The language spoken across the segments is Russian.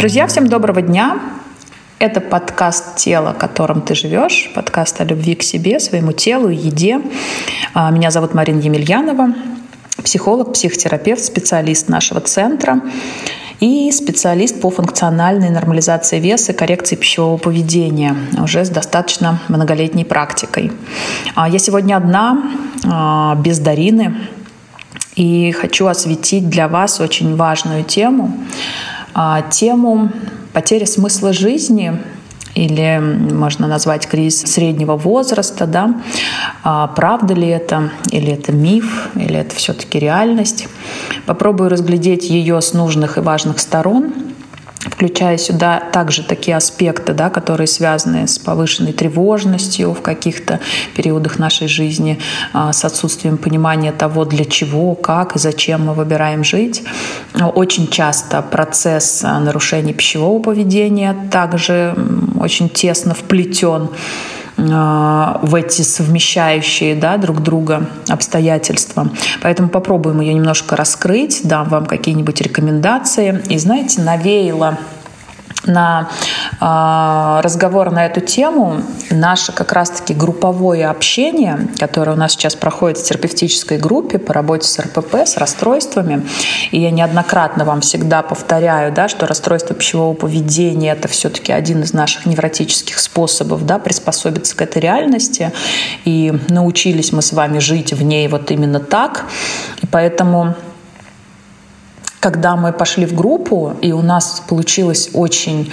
Друзья, всем доброго дня! Это подкаст «Тело, которым ты живешь», подкаст о любви к себе, своему телу и еде. Меня зовут Марина Емельянова, психолог, психотерапевт, специалист нашего центра и специалист по функциональной нормализации веса и коррекции пищевого поведения уже с достаточно многолетней практикой. Я сегодня одна, без Дарины, и хочу осветить для вас очень важную тему потери смысла жизни, или можно назвать кризис среднего возраста, да? Правда ли это, или это миф, или это все-таки реальность. Попробую разглядеть ее с нужных и важных сторон, включая сюда также такие аспекты, да, которые связаны с повышенной тревожностью в каких-то периодах нашей жизни, с отсутствием понимания того, для чего, как и зачем мы выбираем жить. Очень часто процесс нарушений пищевого поведения также очень тесно вплетен в эти совмещающие, да, друг друга обстоятельства. Поэтому попробуем ее немножко раскрыть, дам вам какие-нибудь рекомендации. И, знаете, навеяло на разговор на эту тему наше как раз-таки групповое общение, которое у нас сейчас проходит в терапевтической группе по работе с РПП, с расстройствами. И я неоднократно вам всегда повторяю, да, что расстройство пищевого поведения — это все-таки один из наших невротических способов, да, приспособиться к этой реальности. И научились мы с вами жить в ней вот именно так. И поэтому, когда мы пошли в группу, и у нас получилось очень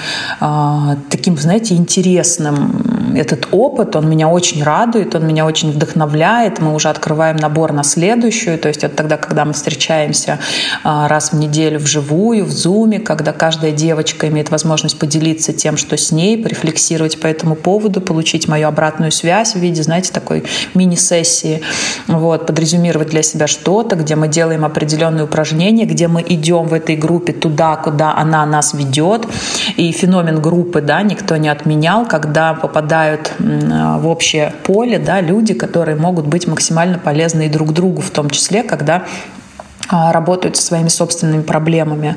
таким, знаете, интересным этот опыт, он меня очень радует, он меня очень вдохновляет. Мы уже открываем набор на следующую, то есть это тогда, когда мы встречаемся раз в неделю вживую, в Зуме, когда каждая девочка имеет возможность поделиться тем, что с ней, порефлексировать по этому поводу, получить мою обратную связь в виде, знаете, такой мини-сессии, вот, подрезюмировать для себя что-то, где мы делаем определенные упражнения, где мы идем в этой группе туда, куда она нас ведет. И феномен группы, да, никто не отменял, когда попадают в общее поле, да, люди, которые могут быть максимально полезны и друг другу, в том числе, когда работают со своими собственными проблемами.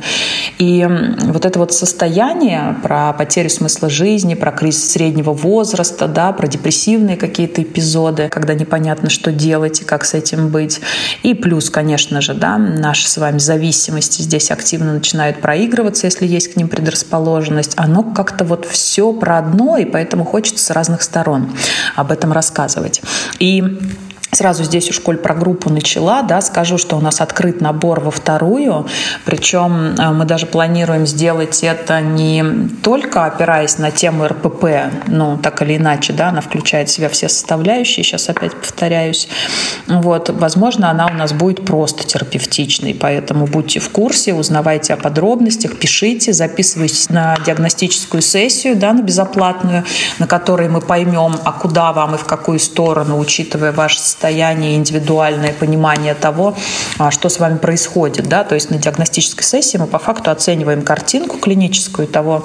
И вот это вот состояние про потерю смысла жизни, про кризис среднего возраста, да, про депрессивные какие-то эпизоды, когда непонятно, что делать и как с этим быть. И плюс, конечно же, да, наши с вами зависимости здесь активно начинают проигрываться, если есть к ним предрасположенность. Оно как-то вот все про одно, и поэтому хочется с разных сторон об этом рассказывать. И сразу здесь уж, коль про группу начала, да, скажу, что у нас открыт набор во вторую, причем мы даже планируем сделать это не только опираясь на тему РПП, ну, так или иначе, да, она включает в себя все составляющие, сейчас опять повторяюсь, вот, возможно, она у нас будет просто терапевтичной, поэтому будьте в курсе, узнавайте о подробностях, пишите, записывайтесь на диагностическую сессию, да, на безоплатную, на которой мы поймем, а куда вам и в какую сторону, учитывая ваше состояние, индивидуальное понимание того, что с вами происходит. Да? То есть на диагностической сессии мы по факту оцениваем картинку клиническую того,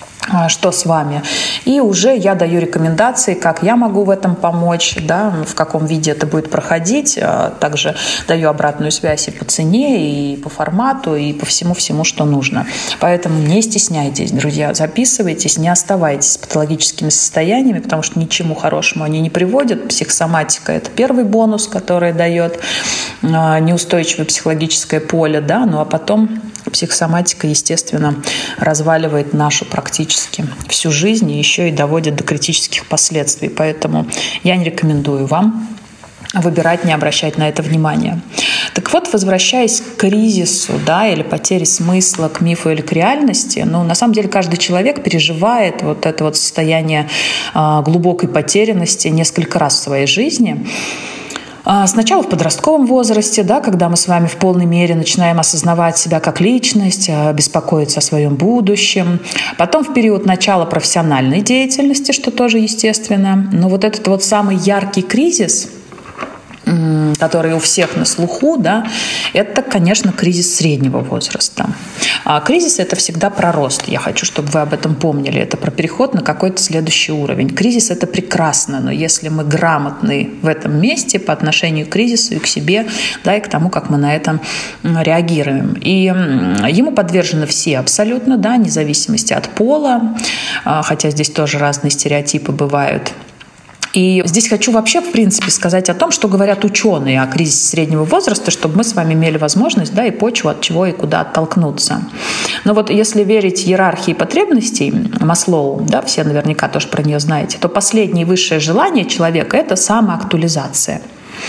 что с вами. И уже я даю рекомендации, как я могу в этом помочь, да, в каком виде это будет проходить. Также даю обратную связь и по цене, и по формату, и по всему-всему, что нужно. Поэтому не стесняйтесь, друзья, записывайтесь, не оставайтесь с патологическими состояниями, потому что ничему хорошему они не приводят. Психосоматика — это первый бонус, который дает неустойчивое психологическое поле, да, ну а потом психосоматика, естественно, разваливает нашу практически всю жизнь и еще и доводит до критических последствий. Поэтому я не рекомендую вам выбирать, не обращать на это внимания. Так вот, возвращаясь к кризису, да, или потере смысла, к мифу или к реальности, ну, на самом деле каждый человек переживает вот это вот состояние глубокой потерянности несколько раз в своей жизни. Сначала в подростковом возрасте, да, когда мы с вами в полной мере начинаем осознавать себя как личность, беспокоиться о своем будущем. Потом в период начала профессиональной деятельности, что тоже естественно. Но вот этот вот самый яркий кризис, который у всех на слуху, да, это, конечно, кризис среднего возраста. А кризис – это всегда про рост. Я хочу, чтобы вы об этом помнили. Это про переход на какой-то следующий уровень. Кризис – это прекрасно, но если мы грамотны в этом месте по отношению к кризису и к себе, да, и к тому, как мы на это реагируем. И ему подвержены все абсолютно, да, вне зависимости от пола, хотя здесь тоже разные стереотипы бывают. И здесь хочу вообще, в принципе, сказать о том, что говорят ученые о кризисе среднего возраста, чтобы мы с вами имели возможность, да, и почву, от чего и куда оттолкнуться. Но вот если верить иерархии потребностей Маслоу, да, все наверняка тоже про нее знаете, то последнее высшее желание человека – это самоактуализация.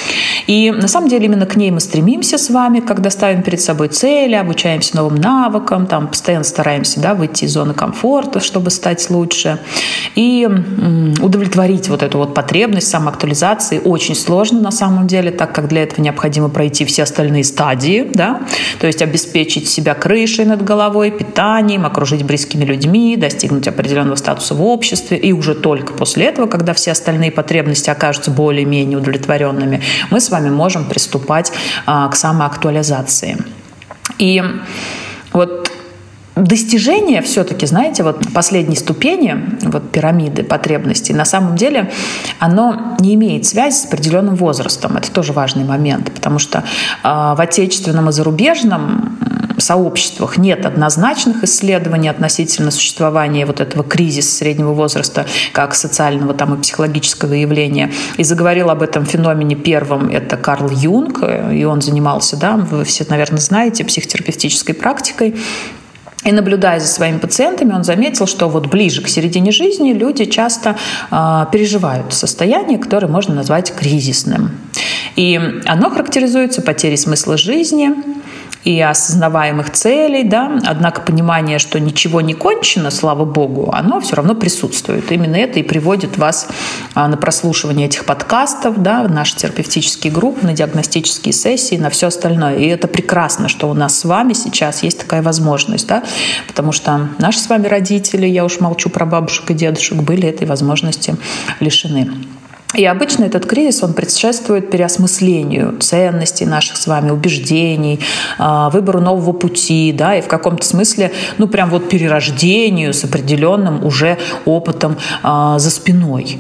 И на самом деле именно к ней мы стремимся с вами, когда ставим перед собой цели, обучаемся новым навыкам, там, постоянно стараемся, да, выйти из зоны комфорта, чтобы стать лучше. И удовлетворить вот эту вот потребность самоактуализации очень сложно на самом деле, так как для этого необходимо пройти все остальные стадии, да, то есть обеспечить себя крышей над головой, питанием, окружить близкими людьми, достигнуть определенного статуса в обществе. И уже только после этого, когда все остальные потребности окажутся более-менее удовлетворенными, мы с вами можем приступать к самоактуализации. И вот достижение все-таки, знаете, вот последней ступени вот пирамиды потребностей, на самом деле оно не имеет связи с определенным возрастом. Это тоже важный момент, потому что в отечественном и зарубежном сообществах нет однозначных исследований относительно существования вот этого кризиса среднего возраста как социального там, и психологического явления. И заговорил об этом феномене первым это Карл Юнг, и он занимался, да, вы все, наверное, знаете, психотерапевтической практикой. И наблюдая за своими пациентами, он заметил, что вот ближе к середине жизни люди часто переживают состояние, которое можно назвать кризисным. И оно характеризуется потерей смысла жизни и осознаваемых целей, да, однако понимание, что ничего не кончено, слава богу, оно все равно присутствует. Именно это и приводит вас на прослушивание этих подкастов, да, в наши терапевтические группы, на диагностические сессии, на все остальное. И это прекрасно, что у нас с вами сейчас есть такая возможность, да, потому что наши с вами родители, я уж молчу про бабушек и дедушек, были этой возможности лишены. И обычно этот кризис, он предшествует переосмыслению ценностей наших с вами, убеждений, выбору нового пути, да, и в каком-то смысле, ну, прям вот перерождению с определенным уже опытом за спиной.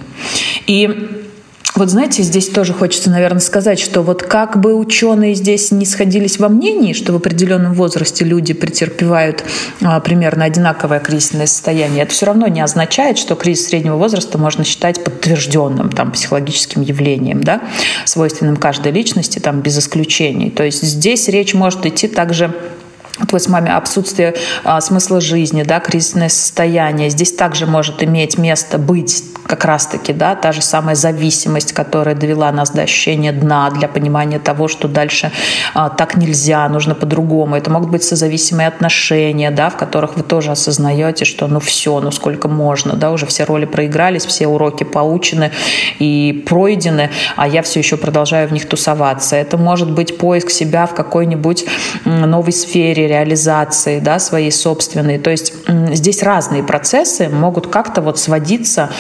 И вот знаете, здесь тоже хочется, наверное, сказать, что вот как бы ученые здесь не сходились во мнении, что в определенном возрасте люди претерпевают примерно одинаковое кризисное состояние, это все равно не означает, что кризис среднего возраста можно считать подтвержденным там, психологическим явлением, да, свойственным каждой личности, там, без исключений. То есть здесь речь может идти также. Вот вы с вами отсутствие смысла жизни, да, кризисное состояние. Здесь также может иметь место быть как раз-таки, да, та же самая зависимость, которая довела нас до ощущения дна, для понимания того, что дальше так нельзя, нужно по-другому. Это могут быть созависимые отношения, да, в которых вы тоже осознаете, что ну все, ну сколько можно, да, уже все роли проигрались, все уроки поучены и пройдены, а я все еще продолжаю в них тусоваться. Это может быть поиск себя в какой-нибудь новой сфере, реализации, да, своей собственной. То есть здесь разные процессы могут как-то вот сводиться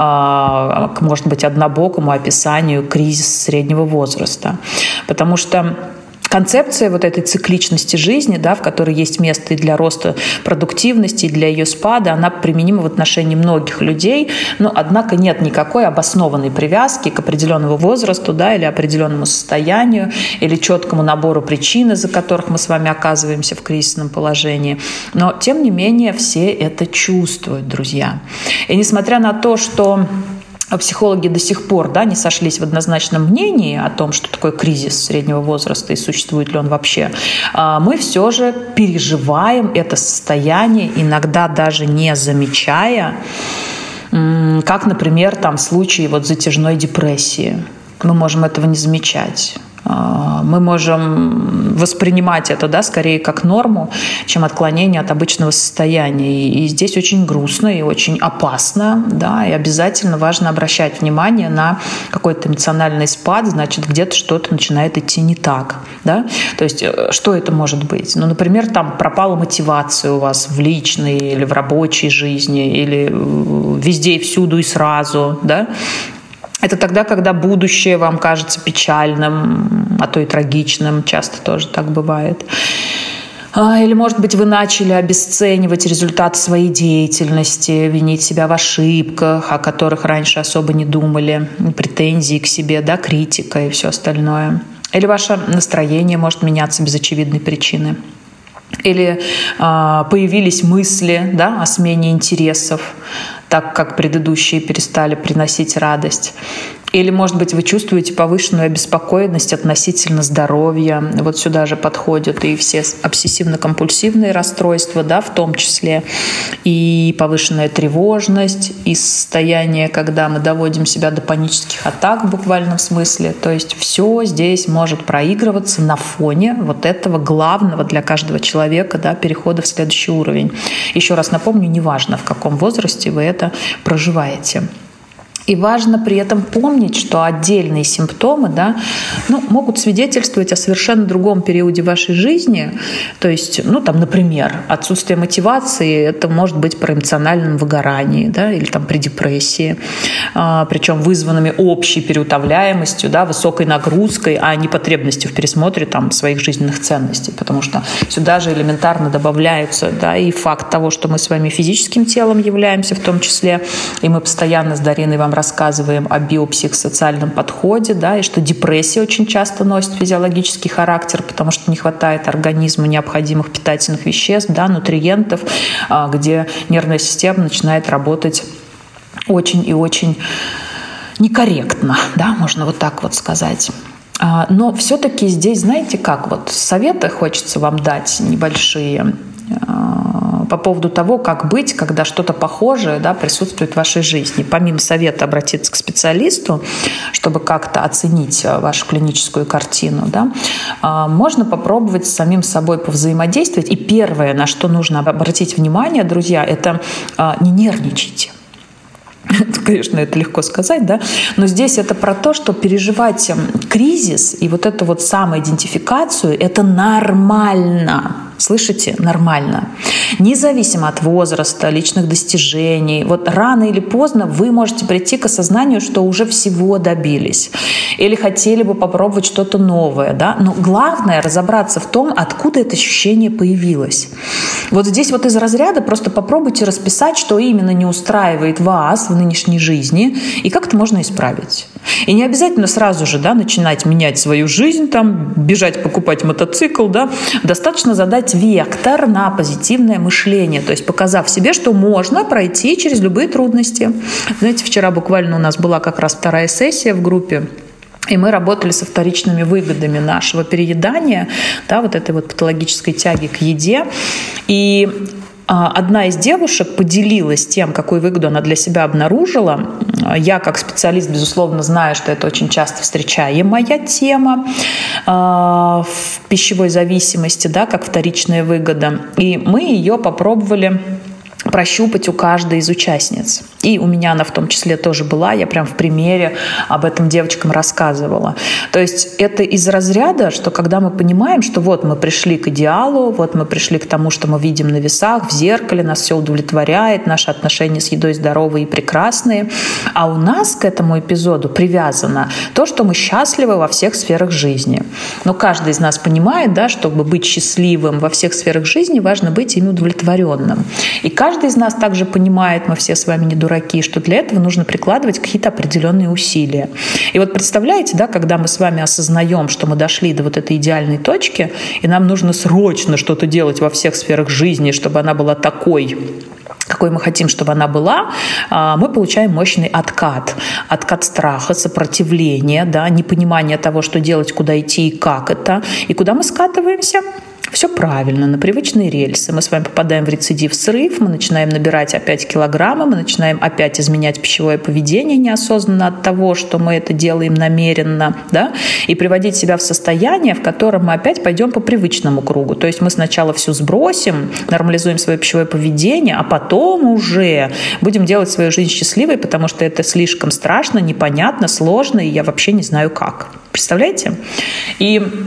к, может быть, однобокому описанию кризиса среднего возраста. Потому что концепция вот этой цикличности жизни, да, в которой есть место и для роста продуктивности, и для ее спада, она применима в отношении многих людей, но, однако, нет никакой обоснованной привязки к определенному возрасту, да, или определенному состоянию, или четкому набору причин, из-за которых мы с вами оказываемся в кризисном положении. Но, тем не менее, все это чувствуют, друзья. И несмотря на то, что психологи до сих пор, да, не сошлись в однозначном мнении о том, что такое кризис среднего возраста и существует ли он вообще, мы все же переживаем это состояние, иногда даже не замечая, как, например, там, в случае вот затяжной депрессии. Мы можем этого не замечать. Мы можем воспринимать это, да, скорее как норму, чем отклонение от обычного состояния. И здесь очень грустно и очень опасно, да, и обязательно важно обращать внимание на какой-то эмоциональный спад, значит, где-то что-то начинает идти не так, да. То есть что это может быть? Ну, например, там пропала мотивация у вас в личной или в рабочей жизни, или везде и всюду и сразу, да. Это тогда, когда будущее вам кажется печальным, а то и трагичным, часто тоже так бывает. Или, может быть, вы начали обесценивать результат своей деятельности, винить себя в ошибках, о которых раньше особо не думали, претензии к себе, да, критика и все остальное. Или ваше настроение может меняться без очевидной причины. Или появились мысли, да, о смене интересов, так как предыдущие перестали приносить радость. Или, может быть, вы чувствуете повышенную обеспокоенность относительно здоровья. Вот сюда же подходят и все обсессивно-компульсивные расстройства, да, в том числе, и повышенная тревожность, и состояние, когда мы доводим себя до панических атак в буквальном смысле. То есть все здесь может проигрываться на фоне вот этого главного для каждого человека, да, перехода в следующий уровень. Еще раз напомню, неважно, в каком возрасте вы это проживаете. И важно при этом помнить, что отдельные симптомы, да, могут свидетельствовать о совершенно другом периоде вашей жизни. То есть, например, отсутствие мотивации, это может быть при эмоциональном выгорании, да, или там при депрессии, причем вызванными общей переутомляемостью, да, высокой нагрузкой, а не потребностью в пересмотре там своих жизненных ценностей. Потому что сюда же элементарно добавляются, да, и факт того, что мы с вами физическим телом являемся в том числе, и мы постоянно с Дариной вам рассказываем о биопсихосоциальном подходе, да, и что депрессия очень часто носит физиологический характер, потому что не хватает организму необходимых питательных веществ, да, нутриентов, где нервная система начинает работать очень и очень некорректно, да, можно вот так вот сказать. Но все-таки здесь, знаете как, вот советы хочется вам дать небольшие по поводу того, как быть, когда что-то похожее, да, присутствует в вашей жизни. Помимо совета обратиться к специалисту, чтобы как-то оценить вашу клиническую картину, да, можно попробовать с самим собой повзаимодействовать. И первое, на что нужно обратить внимание, друзья, это не нервничайте. Конечно, это легко сказать, да, но здесь это про то, что переживать кризис и вот эту вот самоидентификацию — это нормально. Слышите? Нормально. Независимо от возраста, личных достижений. Вот рано или поздно вы можете прийти к осознанию, что уже всего добились. Или хотели бы попробовать что-то новое. Да? Но главное разобраться в том, откуда это ощущение появилось. Вот здесь вот из разряда просто попробуйте расписать, что именно не устраивает вас в нынешней жизни и как это можно исправить. И не обязательно сразу же, да, начинать менять свою жизнь, там, бежать покупать мотоцикл. Да? Достаточно задать вектор на позитивное мышление, то есть показав себе, что можно пройти через любые трудности. Знаете, вчера буквально у нас была как раз 2-я сессия в группе, и мы работали со вторичными выгодами нашего переедания, да, вот этой вот патологической тяги к еде. И одна из девушек поделилась тем, какую выгоду она для себя обнаружила. Я, как специалист, безусловно, знаю, что это очень часто встречаемая тема в пищевой зависимости, да, как вторичная выгода. И мы ее попробовали прощупать у каждой из участниц. И у меня она в том числе тоже была. Я прям в примере об этом девочкам рассказывала. То есть это из разряда, что когда мы понимаем, что вот мы пришли к идеалу, вот мы пришли к тому, что мы видим на весах, в зеркале, нас все удовлетворяет, наши отношения с едой здоровые и прекрасные, а у нас к этому эпизоду привязано то, что мы счастливы во всех сферах жизни. Но каждый из нас понимает, да, чтобы быть счастливым во всех сферах жизни, важно быть ими удовлетворенным. И каждый из нас также понимает, мы все с вами не дураки, что для этого нужно прикладывать какие-то определенные усилия. И вот представляете, да, когда мы с вами осознаем, что мы дошли до вот этой идеальной точки, и нам нужно срочно что-то делать во всех сферах жизни, чтобы она была такой, какой мы хотим, чтобы она была, мы получаем мощный откат. Откат страха, сопротивления, да, непонимания того, что делать, куда идти и как это. И куда мы скатываемся? Все правильно, на привычные рельсы. Мы с вами попадаем в рецидив, срыв, мы начинаем набирать опять килограммы, мы начинаем опять изменять пищевое поведение неосознанно от того, что мы это делаем намеренно, да, и приводить себя в состояние, в котором мы опять пойдем по привычному кругу. То есть мы сначала все сбросим, нормализуем свое пищевое поведение, а потом уже будем делать свою жизнь счастливой, потому что это слишком страшно, непонятно, сложно, и я вообще не знаю как. Представляете? И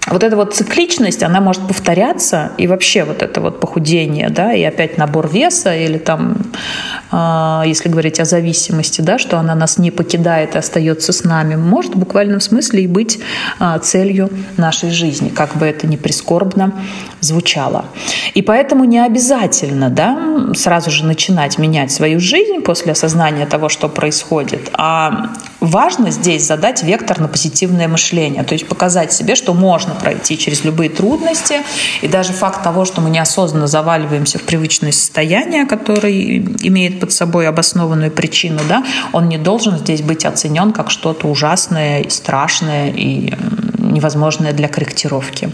вот эта вот цикличность, она может повторяться, и вообще вот это вот похудение, да, и опять набор веса, или там, если говорить о зависимости, да, что она нас не покидает и остается с нами, может в буквальном смысле и быть целью нашей жизни, как бы это ни прискорбно звучало. И поэтому не обязательно, да, сразу же начинать менять свою жизнь после осознания того, что происходит, а важно здесь задать вектор на позитивное мышление, то есть показать себе, что можно пройти через любые трудности, и даже факт того, что мы неосознанно заваливаемся в привычное состояние, которое имеет под собой обоснованную причину, да, он не должен здесь быть оценен как что-то ужасное, и страшное и невозможное для корректировки.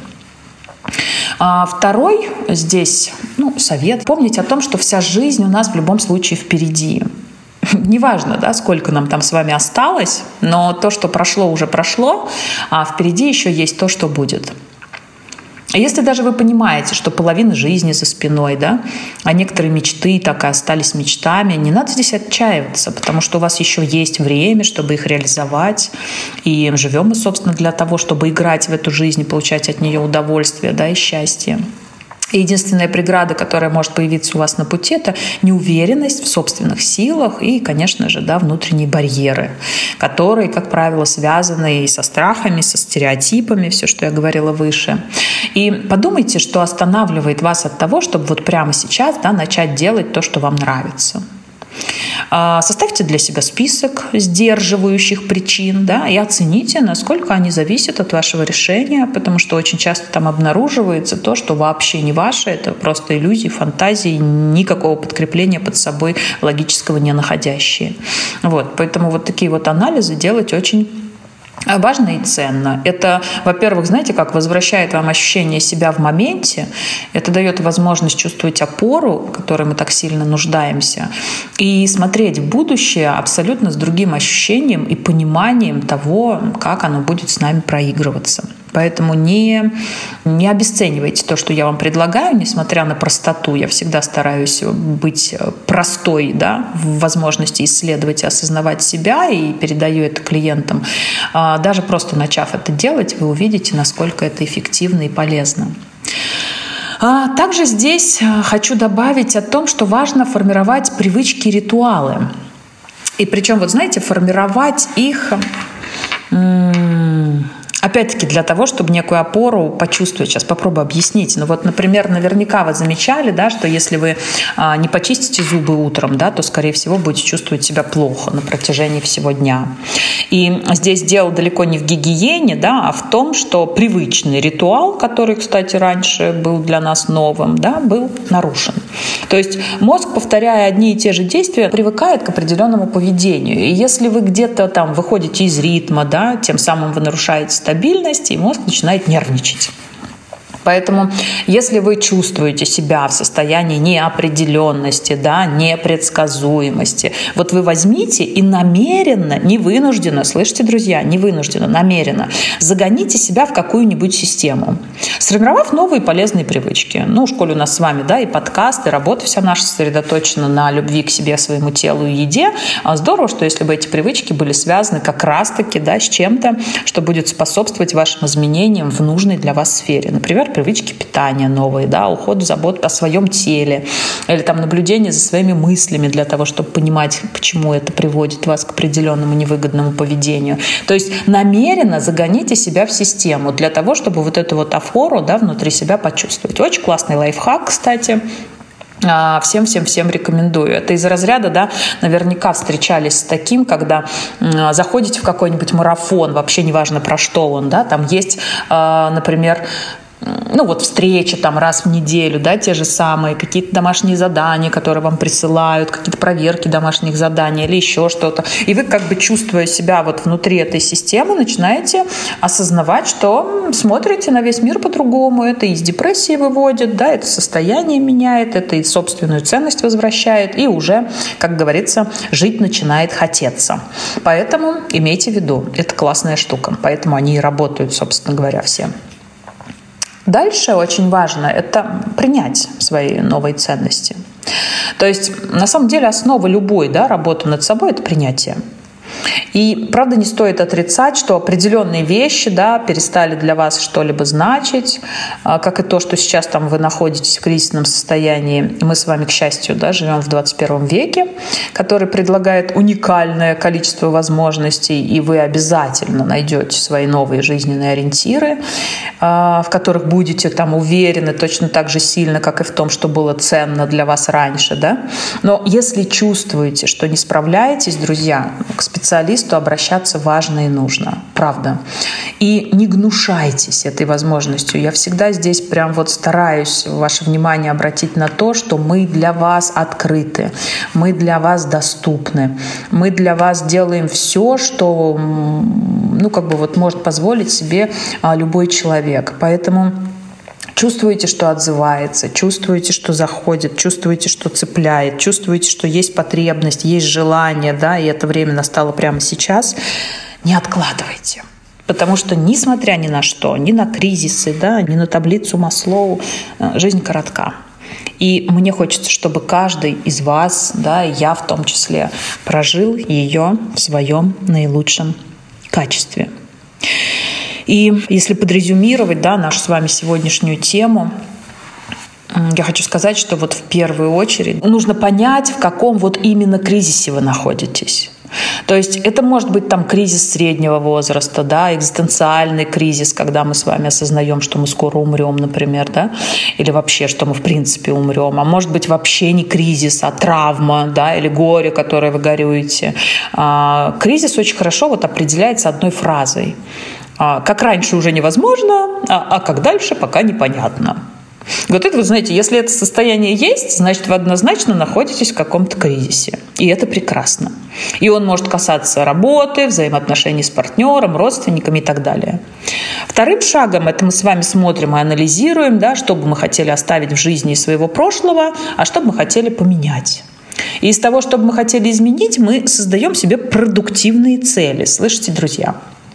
Второй здесь совет. Помнить о том, что вся жизнь у нас в любом случае впереди. Неважно, да, сколько нам там с вами осталось, но то, что прошло, уже прошло, а впереди еще есть то, что будет. Если даже вы понимаете, что половина жизни за спиной, да, а некоторые мечты так и остались мечтами, не надо здесь отчаиваться, потому что у вас еще есть время, чтобы их реализовать. И живем мы, собственно, для того, чтобы играть в эту жизнь и получать от нее удовольствие, да, и счастье. И единственная преграда, которая может появиться у вас на пути, это неуверенность в собственных силах и, конечно же, да, внутренние барьеры, которые, как правило, связаны и со страхами, со стереотипами, все, что я говорила выше. И подумайте, что останавливает вас от того, чтобы вот прямо сейчас, да, начать делать то, что вам нравится. Составьте для себя список сдерживающих причин, да, и оцените, насколько они зависят от вашего решения, потому что очень часто там обнаруживается то, что вообще не ваше, это просто иллюзии, фантазии, никакого подкрепления под собой логического не находящие. Вот, поэтому вот такие вот анализы делать очень важно и ценно. Это, во-первых, знаете, как возвращает вам ощущение себя в моменте, это дает возможность чувствовать опору, в которой мы так сильно нуждаемся, и смотреть в будущее абсолютно с другим ощущением и пониманием того, как оно будет с нами проигрываться. Поэтому не обесценивайте то, что я вам предлагаю, несмотря на простоту. Я всегда стараюсь быть простой, да, в возможности исследовать и осознавать себя, и передаю это клиентам. Даже просто начав это делать, вы увидите, насколько это эффективно и полезно. Также здесь хочу добавить о том, что важно формировать привычки и ритуалы. И причем, вот знаете, формировать их опять-таки для того, чтобы некую опору почувствовать. Сейчас попробую объяснить. Ну вот, например, наверняка вы замечали, да, что если вы не почистите зубы утром, да, то, скорее всего, будете чувствовать себя плохо на протяжении всего дня. И здесь дело далеко не в гигиене, да, а в том, что привычный ритуал, который, кстати, раньше был для нас новым, да, был нарушен. То есть мозг, повторяя одни и те же действия, привыкает к определенному поведению. И если вы где-то там выходите из ритма, да, тем самым вы нарушаете стабильность, и мозг начинает нервничать. Поэтому, если вы чувствуете себя в состоянии неопределенности, да, непредсказуемости, вот вы возьмите и намеренно, не вынужденно, слышите, друзья, не вынужденно, намеренно загоните себя в какую-нибудь систему, сформировав новые полезные привычки. Ну, в школе у нас с вами, да, и подкаст, и работа вся наша сосредоточена на любви к себе, своему телу и еде. Здорово, что если бы эти привычки были связаны как раз-таки, да, с чем-то, что будет способствовать вашим изменениям в нужной для вас сфере. Например, привычки питания новые, да, уход, забота о своем теле, или там наблюдение за своими мыслями для того, чтобы понимать, почему это приводит вас к определенному невыгодному поведению. То есть намеренно загоните себя в систему для того, чтобы вот эту вот афору, да, внутри себя почувствовать. Очень классный лайфхак, кстати. Всем рекомендую. Это из разряда, да, наверняка встречались с таким, когда заходите в какой-нибудь марафон, вообще неважно про что он, да, там есть, например, ну вот встречи там раз в неделю, да, те же самые, какие-то домашние задания, которые вам присылают, какие-то проверки домашних заданий или еще что-то. И вы, как бы чувствуя себя вот внутри этой системы, начинаете осознавать, что смотрите на весь мир по-другому, это из депрессии выводит, да, это состояние меняет, это и собственную ценность возвращает, и уже, как говорится, жить начинает хотеться. Поэтому имейте в виду, это классная штука, поэтому они и работают, собственно говоря, все. Дальше очень важно это принять свои новые ценности. То есть, на самом деле, основа любой, да, работы над собой – это принятие. И, правда, не стоит отрицать, что определенные вещи, да, перестали для вас что-либо значить, как и то, что сейчас там вы находитесь в кризисном состоянии. Мы с вами, к счастью, да, живем в 21 веке, который предлагает уникальное количество возможностей, и вы обязательно найдете свои новые жизненные ориентиры, в которых будете там уверены точно так же сильно, как и в том, что было ценно для вас раньше. Да? Но если чувствуете, что не справляетесь, друзья, к специалисту обращаться важно и нужно, правда. И не гнушайтесь этой возможностью. Я всегда здесь прям вот стараюсь ваше внимание обратить на то, что мы для вас открыты, мы для вас доступны, мы для вас делаем все, что, может позволить себе любой человек. Поэтому чувствуете, что отзывается, чувствуете, что заходит, чувствуете, что цепляет, чувствуете, что есть потребность, есть желание, да, и это время настало прямо сейчас, не откладывайте. Потому что, несмотря ни на что, ни на кризисы, да, ни на таблицу Маслоу, жизнь коротка. И мне хочется, чтобы каждый из вас, да, и я в том числе, прожил ее в своем наилучшем качестве. И если подрезюмировать, да, нашу с вами сегодняшнюю тему, я хочу сказать, что вот в первую очередь нужно понять, в каком вот именно кризисе вы находитесь. То есть это может быть там кризис среднего возраста, да, экзистенциальный кризис, когда мы с вами осознаем, что мы скоро умрем, например, да, или вообще, что мы в принципе умрем. А может быть вообще не кризис, а травма, да, или горе, которое вы горюете. Кризис очень хорошо вот определяется одной фразой. Как раньше уже невозможно, а как дальше пока непонятно. Вот это, вы знаете, если это состояние есть, значит, вы однозначно находитесь в каком-то кризисе. И это прекрасно. И он может касаться работы, взаимоотношений с партнером, родственниками и так далее. Вторым шагом это мы с вами смотрим и анализируем, да, что бы мы хотели оставить в жизни из своего прошлого, а что бы мы хотели поменять. И из того, что бы мы хотели изменить, мы создаем себе продуктивные цели. Слышите, друзья?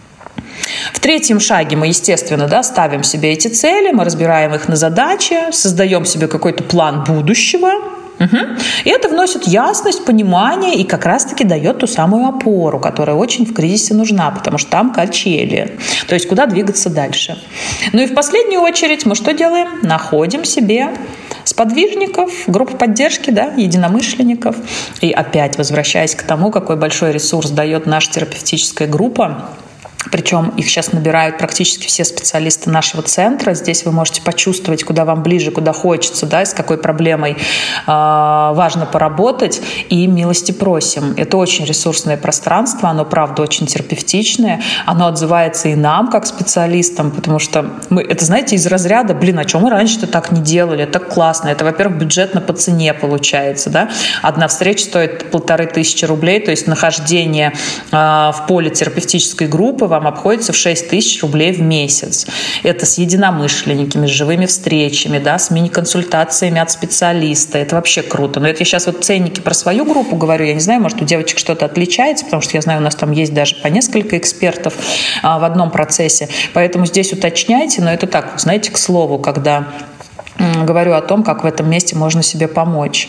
В третьем шаге мы, естественно, да, ставим себе эти цели, мы разбираем их на задачи, создаем себе какой-то план будущего. И это вносит ясность, понимание и как раз-таки дает ту самую опору, которая очень в кризисе нужна, потому что там качели. То есть куда двигаться дальше. Ну и в последнюю очередь мы что делаем? Находим себе сподвижников, группу поддержки, да, единомышленников. И опять возвращаясь к тому, какой большой ресурс дает наша терапевтическая группа. Причем их сейчас набирают практически все специалисты нашего центра. Здесь вы можете почувствовать, куда вам ближе, куда хочется, да, с какой проблемой важно поработать. И милости просим. Это очень ресурсное пространство, оно, правда, очень терапевтичное. Оно отзывается и нам, как специалистам, потому что мы, это, знаете, из разряда, а чем мы раньше-то так не делали? Это классно. Это, во-первых, бюджетно по цене получается. Да? Одна встреча стоит 1500 рублей, то есть нахождение в поле терапевтической группы вам обходится в 6 тысяч рублей в месяц. Это с единомышленниками, с живыми встречами, да, с мини-консультациями от специалиста. Это вообще круто. Но это я сейчас вот ценники про свою группу говорю. Я не знаю, может, у девочек что-то отличается, потому что я знаю, у нас там есть даже по несколько экспертов в одном процессе. Поэтому здесь уточняйте, но это так, знаете, к слову, когда говорю о том, как в этом месте можно себе помочь.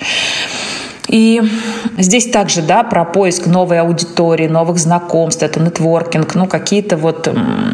И здесь также, да, про поиск новой аудитории, новых знакомств, это нетворкинг, какие-то вот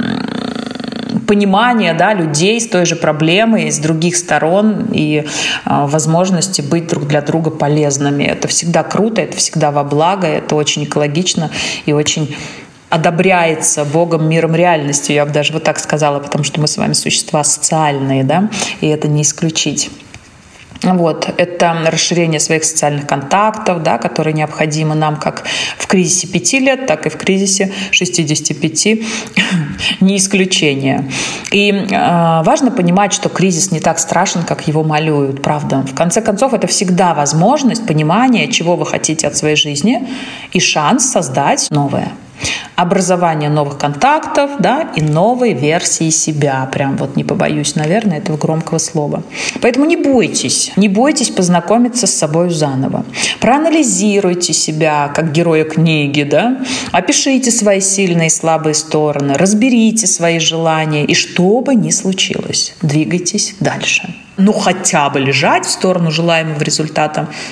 понимание, да, людей с той же проблемой, с других сторон и возможности быть друг для друга полезными. Это всегда круто, это всегда во благо, это очень экологично и очень одобряется Богом, миром, реальностью. Я бы даже вот так сказала, потому что мы с вами существа социальные, да, и это не исключить. Вот, это расширение своих социальных контактов, да, которые необходимы нам как в кризисе 5 лет, так и в кризисе 65, не исключение. И важно понимать, что кризис не так страшен, как его малюют, правда. В конце концов, это всегда возможность понимания, чего вы хотите от своей жизни, и шанс создать новое. Образование новых контактов, да, и новой версии себя. Прям вот не побоюсь, наверное, этого громкого слова. Поэтому не бойтесь познакомиться с собой заново. Проанализируйте себя как героя книги, да, опишите свои сильные и слабые стороны, разберите свои желания, и что бы ни случилось, двигайтесь дальше. Хотя бы лежать в сторону желаемого результата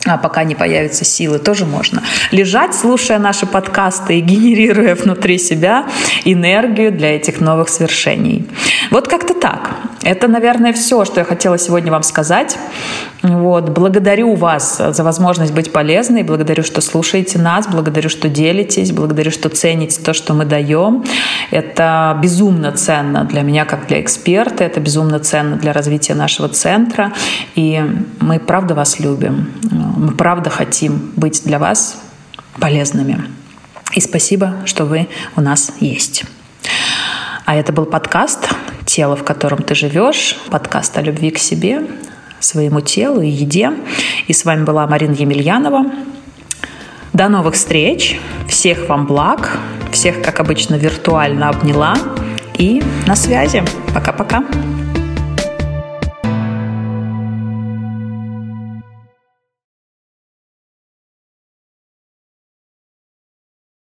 а пока не появятся силы, тоже можно. Лежать, слушая наши подкасты и генерируя внутри себя энергию для этих новых свершений. Вот как-то так. Это, наверное, все, что я хотела сегодня вам сказать. Вот. Благодарю вас за возможность быть полезной, благодарю, что слушаете нас, благодарю, что делитесь, благодарю, что цените то, что мы даем. Это безумно ценно для меня, как для эксперта, это безумно ценно для развития нашего центра. И мы, правда, вас любим. Мы, правда, хотим быть для вас полезными. И спасибо, что вы у нас есть. А это был подкаст «Тело, в котором ты живешь», подкаст о любви к себе, своему телу и еде. И с вами была Марина Емельянова. До новых встреч. Всех вам благ. Всех, как обычно, виртуально обняла. И на связи. Пока-пока.